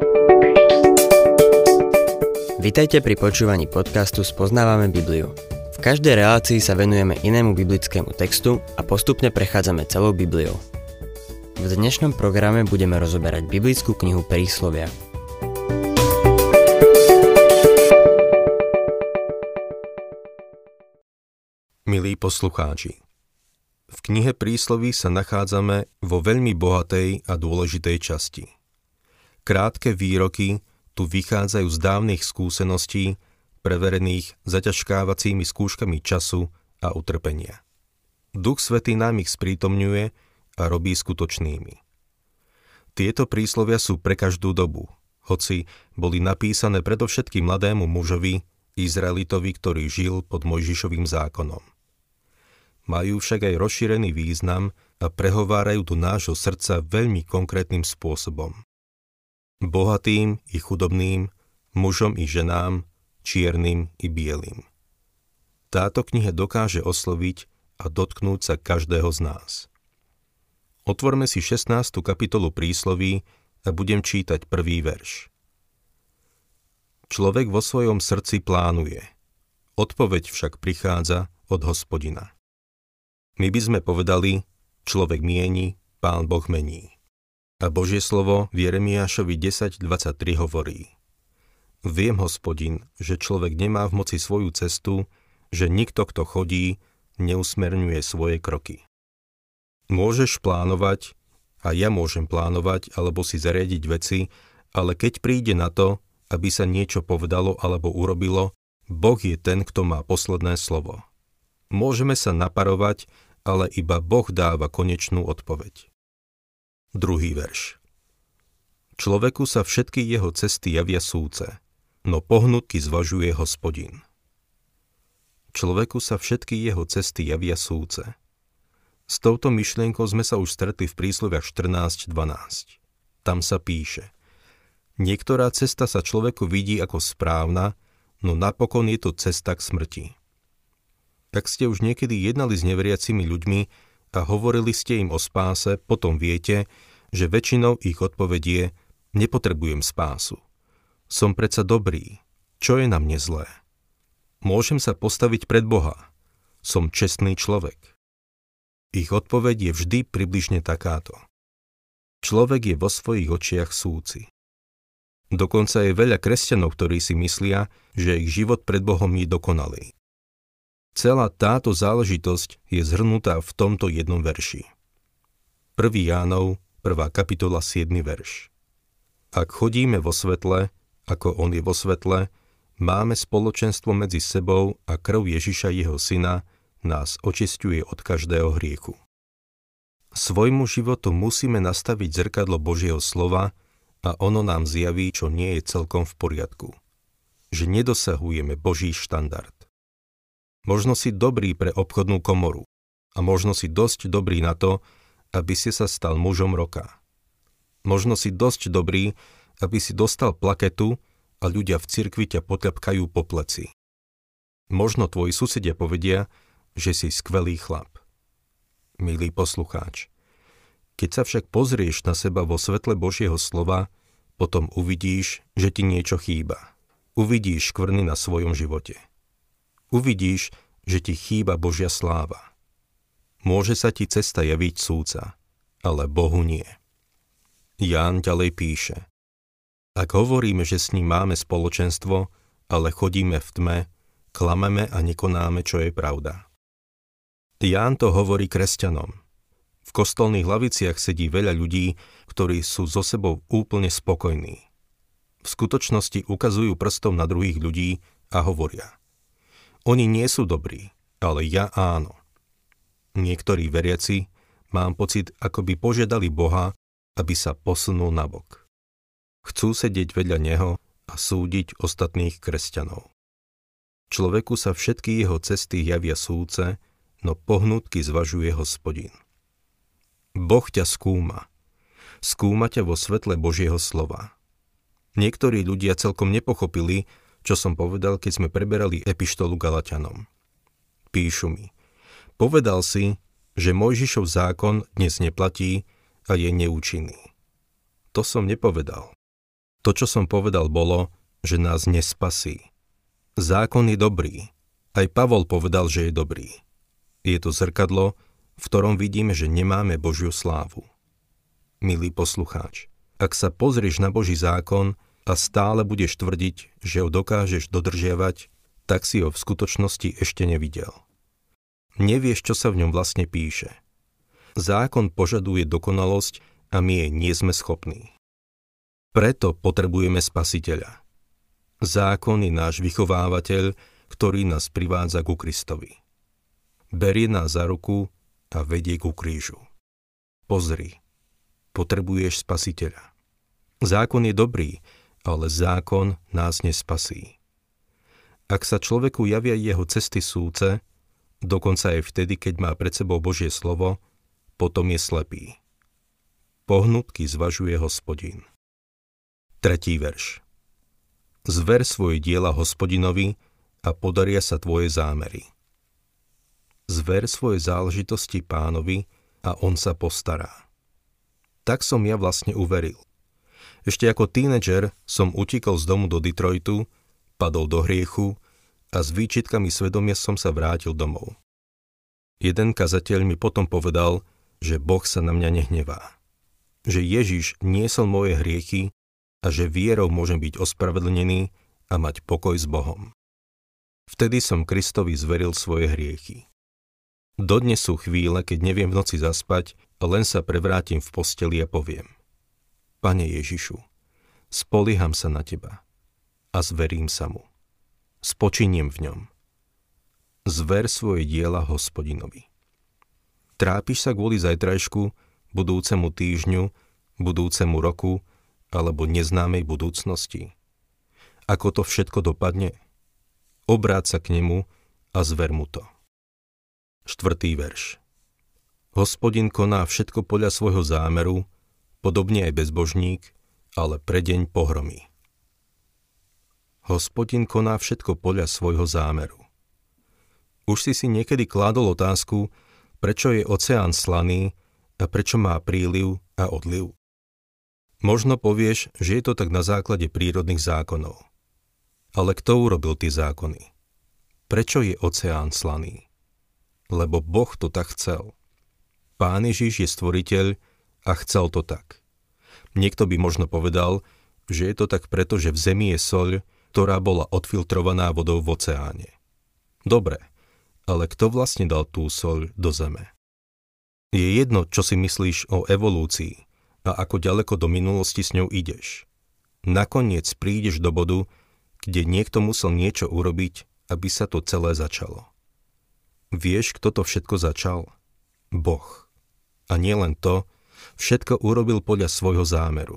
Vitajte pri počúvaní podcastu Spoznávame Bibliu. V každej relácii sa venujeme inému biblickému textu a postupne prechádzame celou Bibliou. V dnešnom programe budeme rozoberať biblickú knihu Príslovia. Milí poslucháči, v knihe Prísloví sa nachádzame vo veľmi bohatej a dôležitej časti. Krátke výroky tu vychádzajú z dávnych skúseností, preverených zaťažkávacími skúškami času a utrpenia. Duch Svätý nám ich sprítomňuje a robí skutočnými. Tieto príslovia sú pre každú dobu, hoci boli napísané predovšetkým mladému mužovi, Izraelitovi, ktorý žil pod Mojžišovým zákonom. Majú však aj rozšírený význam a prehovárajú do nášho srdca veľmi konkrétnym spôsobom. Bohatým i chudobným, mužom i ženám, čiernym i bielým. Táto kniha dokáže osloviť a dotknúť sa každého z nás. Otvorme si 16. kapitolu Prísloví a budem čítať prvý verš. Človek vo svojom srdci plánuje, odpoveď však prichádza od Hospodina. My by sme povedali, človek mieni, Pán Boh mení. A Božie slovo v Jeremiášovi 10.23 hovorí: Viem, Hospodin, že človek nemá v moci svoju cestu, že nikto, kto chodí, neusmerňuje svoje kroky. Môžeš plánovať, a ja môžem plánovať, alebo si zariadiť veci, ale keď príde na to, aby sa niečo povedalo alebo urobilo, Boh je ten, kto má posledné slovo. Môžeme sa naparovať, ale iba Boh dáva konečnú odpoveď. Druhý verš. Človeku sa všetky jeho cesty javia súce, no pohnutky zvažuje Hospodin. Človeku sa všetky jeho cesty javia súce. S touto myšlienkou sme sa už stretli v Prísloviach 14.12. Tam sa píše: Niektorá cesta sa človeku vidí ako správna, no napokon je to cesta k smrti. Ak ste už niekedy jednali s neveriacimi ľuďmi a hovorili ste im o spáse, potom viete, že väčšinou ich odpoveď je: nepotrebujem spásu. Som predsa dobrý. Čo je na mne zlé? Môžem sa postaviť pred Boha. Som čestný človek. Ich odpoveď je vždy približne takáto. Človek je vo svojich očiach súci. Dokonca je veľa kresťanov, ktorí si myslia, že ich život pred Bohom je dokonalý. Celá táto záležitosť je zhrnutá v tomto jednom verši. 1. Jánov, 1. kapitola, 7. verš. Ak chodíme vo svetle, ako on je vo svetle, máme spoločenstvo medzi sebou a krv Ježiša jeho syna nás očisťuje od každého hriechu. Svojmu životu musíme nastaviť zrkadlo Božieho slova a ono nám zjaví, čo nie je celkom v poriadku. Že nedosahujeme Boží štandard. Možno si dobrý pre obchodnú komoru a možno si dosť dobrý na to, aby si sa stal mužom roka. Možno si dosť dobrý, aby si dostal plaketu a ľudia v cirkvi ťa potľapkajú po pleci. Možno tvoji susedia povedia, že si skvelý chlap. Milý poslucháč, keď sa však pozrieš na seba vo svetle Božieho slova, potom uvidíš, že ti niečo chýba. Uvidíš škvrny na svojom živote. Uvidíš, že ti chýba Božia sláva. Môže sa ti cesta javiť súca, ale Bohu nie. Ján ďalej píše: Ak hovoríme, že s ním máme spoločenstvo, ale chodíme v tme, klameme a nekonáme, čo je pravda. Ján to hovorí kresťanom. V kostolných laviciach sedí veľa ľudí, ktorí sú so sebou úplne spokojní. V skutočnosti ukazujú prstom na druhých ľudí a hovoria: Oni nie sú dobrí, ale ja áno. Niektorí veriaci, mám pocit, ako by požiadali Boha, aby sa posunul nabok. Chcú sedieť vedľa neho a súdiť ostatných kresťanov. Človeku sa všetky jeho cesty javia súce, no pohnutky zvažuje Hospodin. Boh ťa skúma. Skúma ťa vo svetle Božieho slova. Niektorí ľudia celkom nepochopili, čo som povedal, keď sme preberali epištolu Galatianom. Píšu mi: Povedal si, že Mojžišov zákon dnes neplatí a je neúčinný. To som nepovedal. To, čo som povedal, bolo, že nás nespasí. Zákon je dobrý. Aj Pavol povedal, že je dobrý. Je to zrkadlo, v ktorom vidíme, že nemáme Božiu slávu. Milý poslucháč, ak sa pozrieš na Boží zákon a stále budeš tvrdiť, že ho dokážeš dodržiavať, tak si ho v skutočnosti ešte nevidel. Nevieš, čo sa v ňom vlastne píše. Zákon požaduje dokonalosť a my jej nie sme schopní. Preto potrebujeme Spasiteľa. Zákon je náš vychovávateľ, ktorý nás privádza ku Kristovi. Berie nás za ruku a vedie ku krížu. Pozri, potrebuješ Spasiteľa. Zákon je dobrý, ale zákon nás nespasí. Ak sa človeku javia jeho cesty súce, dokonca aj vtedy, keď má pred sebou Božie slovo, potom je slepý. Pohnutky zvažuje Hospodin. 3. verš. Zver svoje diela Hospodinovi a podaria sa tvoje zámery. Zver svoje záležitosti Pánovi a on sa postará. Tak som ja vlastne uveril. Ešte ako tínedžer som utíkal z domu do Detroitu, padol do hriechu a s výčitkami svedomia som sa vrátil domov. Jeden kazateľ mi potom povedal, že Boh sa na mňa nehnevá. Že Ježiš niesol moje hriechy a že vierou môžem byť ospravedlnený a mať pokoj s Bohom. Vtedy som Kristovi zveril svoje hriechy. Dodnes sú chvíle, keď neviem v noci zaspať a len sa prevrátim v posteli a poviem: Pane Ježišu, spolieham sa na Teba a zverím sa mu. Spočiniem v ňom. Zver svoje diela Hospodinovi. Trápiš sa kvôli zajtrajšku, budúcemu týždňu, budúcemu roku alebo neznámej budúcnosti? Ako to všetko dopadne? Obráť sa k nemu a zver mu to. 4. verš. Hospodin koná všetko podľa svojho zámeru, podobne aj bezbožník, ale pre deň pohromí. Hospodin koná všetko podľa svojho zámeru. Už si niekedy kládol otázku, prečo je oceán slaný a prečo má príliv a odliv? Možno povieš, že je to tak na základe prírodných zákonov. Ale kto urobil tie zákony? Prečo je oceán slaný? Lebo Boh to tak chcel. Pán Ježiš je stvoriteľ a chcel to tak. Niekto by možno povedal, že je to tak preto, že v zemi je soľ, ktorá bola odfiltrovaná vodou v oceáne. Dobre, ale kto vlastne dal tú soľ do zeme? Je jedno, čo si myslíš o evolúcii a ako ďaleko do minulosti s ňou ideš. Nakoniec prídeš do bodu, kde niekto musel niečo urobiť, aby sa to celé začalo. Vieš, kto to všetko začal? Boh. A nie len to, všetko urobil podľa svojho zámeru.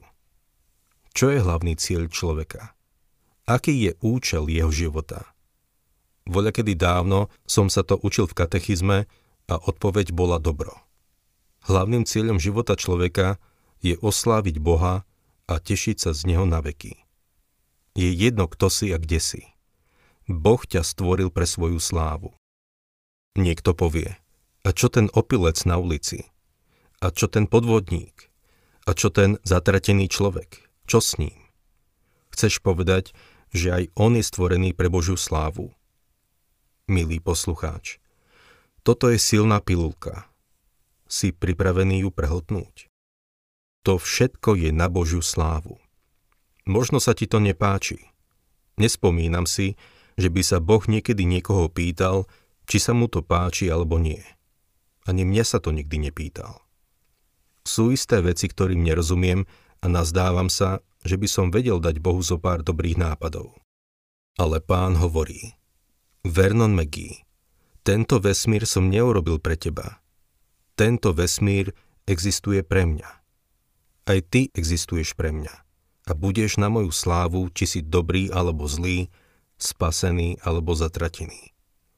Čo je hlavný cieľ človeka? Aký je účel jeho života? Voľakedy dávno som sa to učil v katechizme a odpoveď bola dobro. Hlavným cieľom života človeka je osláviť Boha a tešiť sa z Neho na veky. Je jedno, kto si a kde si. Boh ťa stvoril pre svoju slávu. Niekto povie: a čo ten opilec na ulici? A čo ten podvodník? A čo ten zatratený človek? Čo s ním? Chceš povedať, že aj on je stvorený pre Božiu slávu? Milý poslucháč, toto je silná pilulka. Si pripravený ju prehltnúť? To všetko je na Božiu slávu. Možno sa ti to nepáči. Nespomínam si, že by sa Boh niekedy niekoho pýtal, či sa mu to páči alebo nie. Ani mňa sa to nikdy nepýtal. Sú isté veci, ktorým nerozumiem a nazdávam sa, že by som vedel dať Bohu zo pár dobrých nápadov. Ale Pán hovorí: Vernon McGee, tento vesmír som neurobil pre teba. Tento vesmír existuje pre mňa. Aj ty existuješ pre mňa a budeš na moju slávu, či si dobrý alebo zlý, spasený alebo zatratený.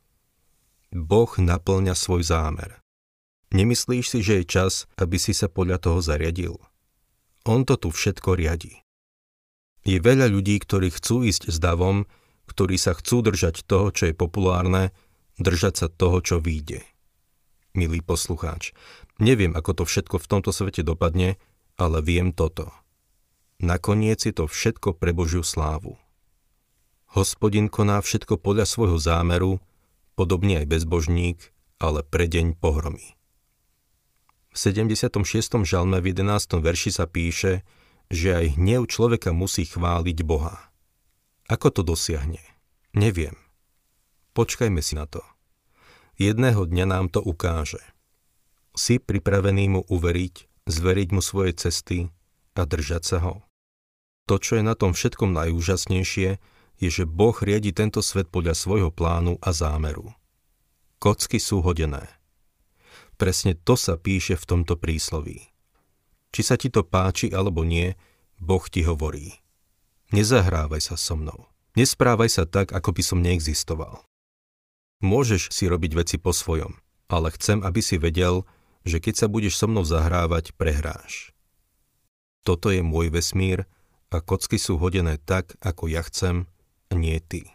Boh naplňa svoj zámer. Nemyslíš si, že je čas, aby si sa podľa toho zariadil? On to tu všetko riadi. Je veľa ľudí, ktorí chcú ísť s davom, ktorí sa chcú držať toho, čo je populárne, držať sa toho, čo vyjde. Milý poslucháč, neviem, ako to všetko v tomto svete dopadne, ale viem toto. Nakoniec je to všetko pre Božiu slávu. Hospodin koná všetko podľa svojho zámeru, podobne aj bezbožník, ale pre deň pohromy. V 76. žalme v 11. verši sa píše, že aj hnev človeka musí chváliť Boha. Ako to dosiahne? Neviem. Počkajme si na to. Jedného dňa nám to ukáže. Si pripravený mu uveriť, zveriť mu svoje cesty a držať sa ho? To, čo je na tom všetkom najúžasnejšie, je, že Boh riadi tento svet podľa svojho plánu a zámeru. Kocky sú hodené. Presne to sa píše v tomto prísloví. Či sa ti to páči alebo nie, Boh ti hovorí. Nezahrávaj sa so mnou. Nesprávaj sa tak, ako by som neexistoval. Môžeš si robiť veci po svojom, ale chcem, aby si vedel, že keď sa budeš so mnou zahrávať, prehráš. Toto je môj vesmír a kocky sú hodené tak, ako ja chcem, a nie ty.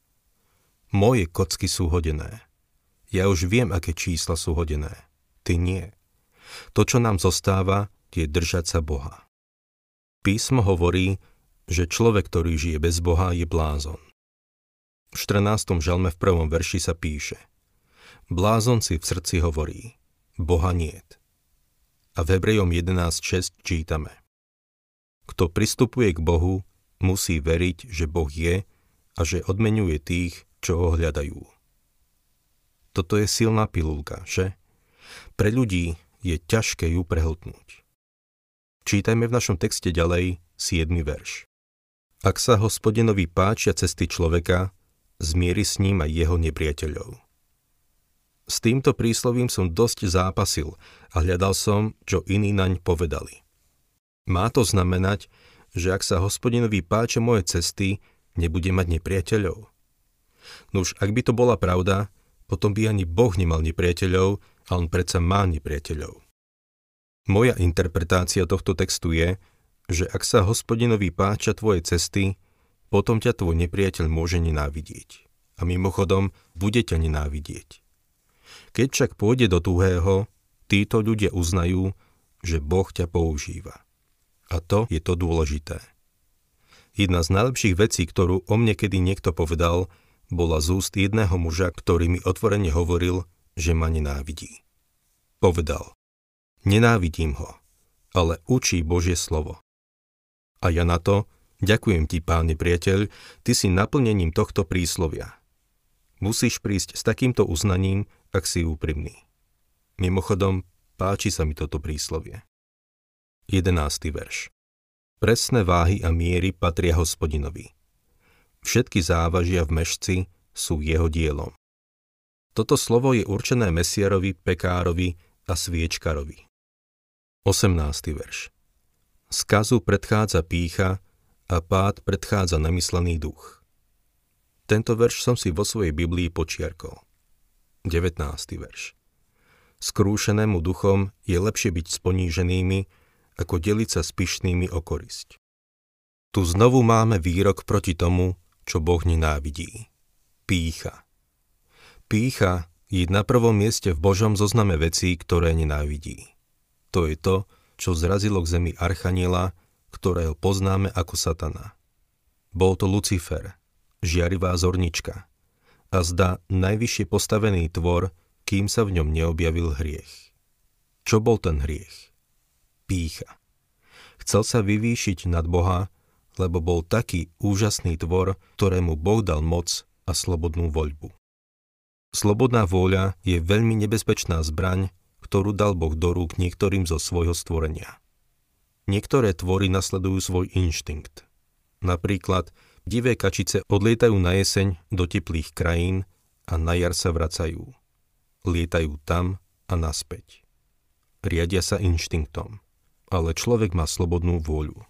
Moje kocky sú hodené. Ja už viem, aké čísla sú hodené. Ty nie. To, čo nám zostáva, je držať sa Boha. Písmo hovorí, že človek, ktorý žije bez Boha, je blázon. V 14. žalme v 1. verši sa píše: Blázon si v srdci hovorí, Boha niet. A v Hebrejom 11.6 čítame: Kto pristupuje k Bohu, musí veriť, že Boh je a že odmeňuje tých, čo ho hľadajú. Toto je silná pilulka, že? Pre ľudí je ťažké ju prehltnúť. Čítajme v našom texte ďalej 7. verš. Ak sa Hospodinovi páčia cesty človeka, zmieri s ním aj jeho nepriateľov. S týmto príslovím som dosť zápasil a hľadal som, čo iní naň povedali. Má to znamenať, že ak sa Hospodinovi páčia moje cesty, nebude mať nepriateľov? Nuž, ak by to bola pravda, potom by ani Boh nemal nepriateľov, a on predsa má nepriateľov. Moja interpretácia tohto textu je, že ak sa Hospodinovi páčia tvoje cesty, potom ťa tvoj nepriateľ môže nenávidieť. A mimochodom, bude ťa nenávidieť. Keď však pôjde do tuhého, títo ľudia uznajú, že Boh ťa používa. A to je to dôležité. Jedna z najlepších vecí, ktorú o mne kedy niekto povedal, bola z úst jedného muža, ktorý mi otvorene hovoril, že ma nenávidí. Povedal: Nenávidím ho, ale učí Božie slovo. A ja na to: Ďakujem ti, pán nepriateľ, ty si naplnením tohto príslovia. Musíš prísť s takýmto uznaním, ak si úprimný. Mimochodom, páči sa mi toto príslovie. 11. verš. Presné váhy a miery patria Hospodinovi. Všetky závažia v mešci sú jeho dielom. Toto slovo je určené mesiarovi, pekárovi a sviečkarovi. 18. verš. Skazu predchádza pýcha a pád predchádza namyslený duch. Tento verš som si vo svojej Biblii počiarkol. 19. verš. Skrúšenému duchom je lepšie byť s poníženými, ako deliť sa s pyšnými o korisť. Tu znovu máme výrok proti tomu, čo Boh nenávidí. Pýcha. Pýcha je na prvom mieste v Božom zozname vecí, ktoré nenávidí. To je to, čo zrazilo k zemi archaniela, ktorého poznáme ako Satana. Bol to Lucifer, žiarivá zornička, a zdá najvyššie postavený tvor, kým sa v ňom neobjavil hriech. Čo bol ten hriech? Pýcha. Chcel sa vyvýšiť nad Boha, lebo bol taký úžasný tvor, ktorému Boh dal moc a slobodnú voľbu. Slobodná vôľa je veľmi nebezpečná zbraň, ktorú dal Boh do rúk niektorým zo svojho stvorenia. Niektoré tvory nasledujú svoj inštinkt. Napríklad, divé kačice odlietajú na jeseň do teplých krajín a na jar sa vracajú. Lietajú tam a naspäť. Riadia sa inštinktom, ale človek má slobodnú vôľu.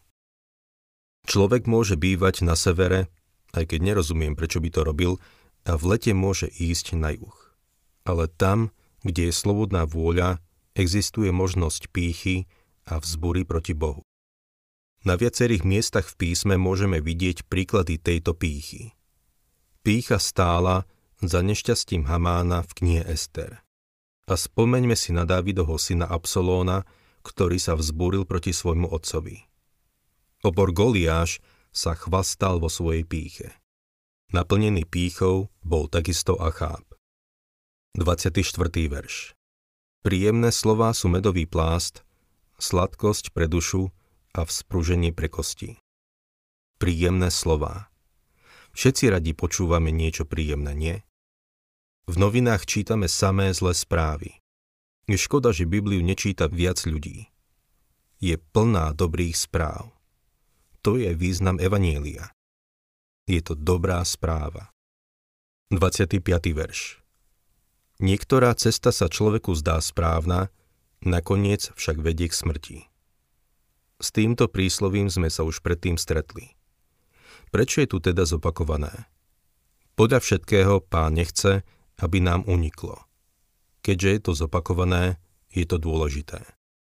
Človek môže bývať na severe, aj keď nerozumiem, prečo by to robil, a v lete môže ísť na juh. Ale tam, kde je slobodná vôľa, existuje možnosť pýchy a vzbury proti Bohu. Na viacerých miestach v písme môžeme vidieť príklady tejto pýchy. Pýcha stála za nešťastím Hamána v knihe Ester. A spomeňme si na Dávidovho syna Absalóna, ktorý sa vzbúril proti svojmu otcovi. Obor Goliáš sa chvastal vo svojej pýche. Naplnený pýchou bol takisto Acháb. 24. verš. Príjemné slová sú medový plást, sladkosť pre dušu a vzpruženie pre kosti. Príjemné slová. Všetci radi počúvame niečo príjemné, nie? V novinách čítame samé zlé správy. Je škoda, že Bibliu nečíta viac ľudí. Je plná dobrých správ. To je význam evanjelia. Je to dobrá správa. 25. verš. Niektorá cesta sa človeku zdá správna, nakoniec však vedie k smrti. S týmto príslovím sme sa už predtým stretli. Prečo je tu teda zopakované? Podľa všetkého Pán nechce, aby nám uniklo. Keďže je to zopakované, je to dôležité.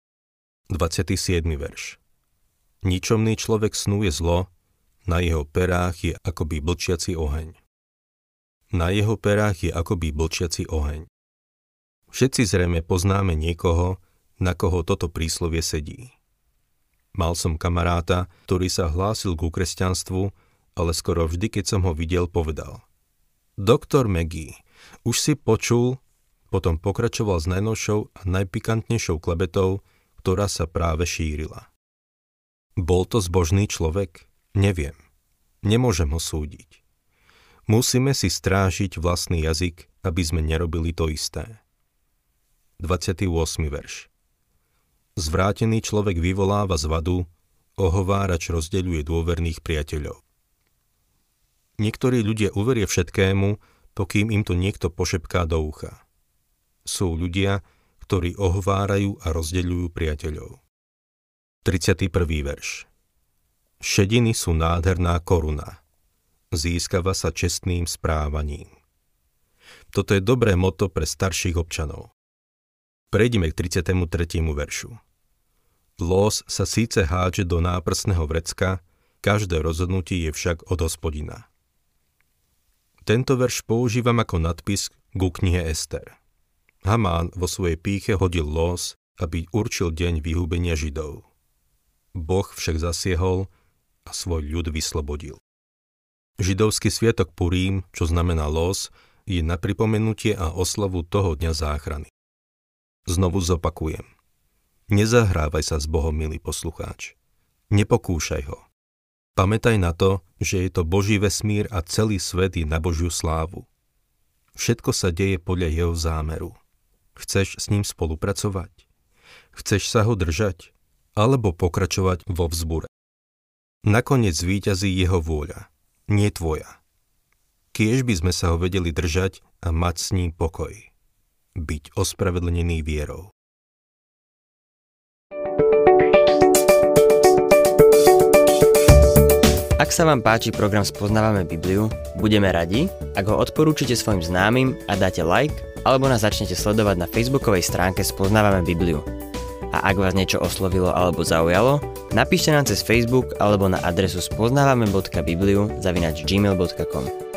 27. verš. Ničomný človek snuje zlo, na jeho perách je akoby blčiaci oheň. Na jeho perách je akoby blčiaci oheň. Všetci zrejme poznáme niekoho, na koho toto príslovie sedí. Mal som kamaráta, ktorý sa hlásil ku kresťanstvu, ale skoro vždy, keď som ho videl, povedal: Doktor Maggie, už si počul? Potom pokračoval s najnovšou a najpikantnejšou klebetou, ktorá sa práve šírila. Bol to zbožný človek? Neviem. Nemôžem ho súdiť. Musíme si strážiť vlastný jazyk, aby sme nerobili to isté. 28. verš. Zvrátený človek vyvoláva zvadu, ohovárač rozdeľuje dôverných priateľov. Niektorí ľudia uveria všetkému, pokým im to niekto pošepká do ucha. Sú ľudia, ktorí ohovárajú a rozdeľujú priateľov. 31. verš. Šediny sú nádherná koruna. Získava sa čestným správaním. Toto je dobré motto pre starších občanov. Prejdeme k 33. veršu. Lós sa síce hádže do náprsného vrecka, každé rozhodnutie je však od Hospodina. Tento verš používam ako nadpis ku knihe Ester. Hamán vo svojej pýche hodil lós, aby určil deň vyhúbenia Židov. Boh však zasiehol a svoj ľud vyslobodil. Židovský sviatok Purím, čo znamená lós, je na pripomenutie a oslavu toho dňa záchrany. Znovu zopakujem. Nezahrávaj sa s Bohom, milý poslucháč. Nepokúšaj ho. Pamätaj na to, že je to Boží vesmír a celý svet je na Božiu slávu. Všetko sa deje podľa jeho zámeru. Chceš s ním spolupracovať? Chceš sa ho držať? Alebo pokračovať vo vzbure? Nakoniec zvíťazí jeho vôľa, nie tvoja. Kiež by sme sa ho vedeli držať a mať s ním pokoj. Byť ospravedlnený vierou. Ak sa vám páči program Spoznávame Bibliu, budeme radi, ak ho odporúčite svojim známym a dáte like, alebo nás začnete sledovať na facebookovej stránke Spoznávame Bibliu. A ak vás niečo oslovilo alebo zaujalo, napíšte nám cez Facebook alebo na adresu spoznavame.bibliu@gmail.com.